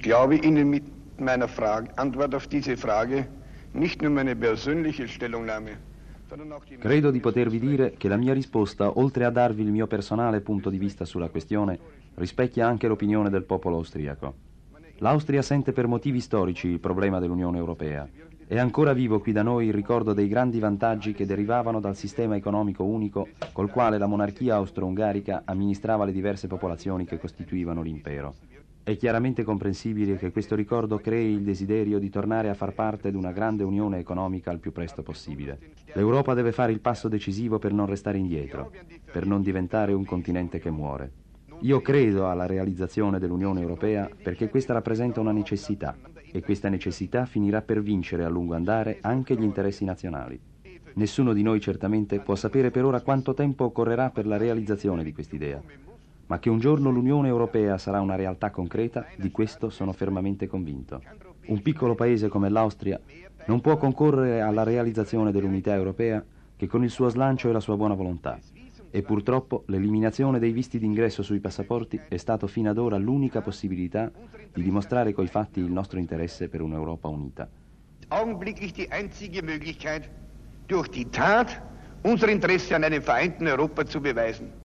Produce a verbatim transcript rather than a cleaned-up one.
glaube Ihnen mit meiner Frage, Antwort auf diese Frage nicht nur meine persönliche Stellungnahme. Credo di potervi dire che la mia risposta, oltre a darvi il mio personale punto di vista sulla questione, rispecchia anche l'opinione del popolo austriaco. L'Austria sente per motivi storici il problema dell'Unione Europea. È ancora vivo qui da noi il ricordo dei grandi vantaggi che derivavano dal sistema economico unico col quale la monarchia austro-ungarica amministrava le diverse popolazioni che costituivano l'impero. È chiaramente comprensibile che questo ricordo crei il desiderio di tornare a far parte di una grande unione economica al più presto possibile. L'Europa deve fare il passo decisivo per non restare indietro, per non diventare un continente che muore. Io credo alla realizzazione dell'Unione Europea perché questa rappresenta una necessità e questa necessità finirà per vincere a lungo andare anche gli interessi nazionali. Nessuno di noi certamente può sapere per ora quanto tempo occorrerà per la realizzazione di quest'idea. Ma che un giorno l'Unione Europea sarà una realtà concreta, di questo sono fermamente convinto. Un piccolo paese come l'Austria non può concorrere alla realizzazione dell'unità europea che con il suo slancio e la sua buona volontà. E purtroppo l'eliminazione dei visti d'ingresso sui passaporti è stato fino ad ora l'unica possibilità di dimostrare coi fatti il nostro interesse per un'Europa unita. Augenblicklich die einzige Möglichkeit, durch die Tat unser Interesse an einem vereinten Europa zu beweisen.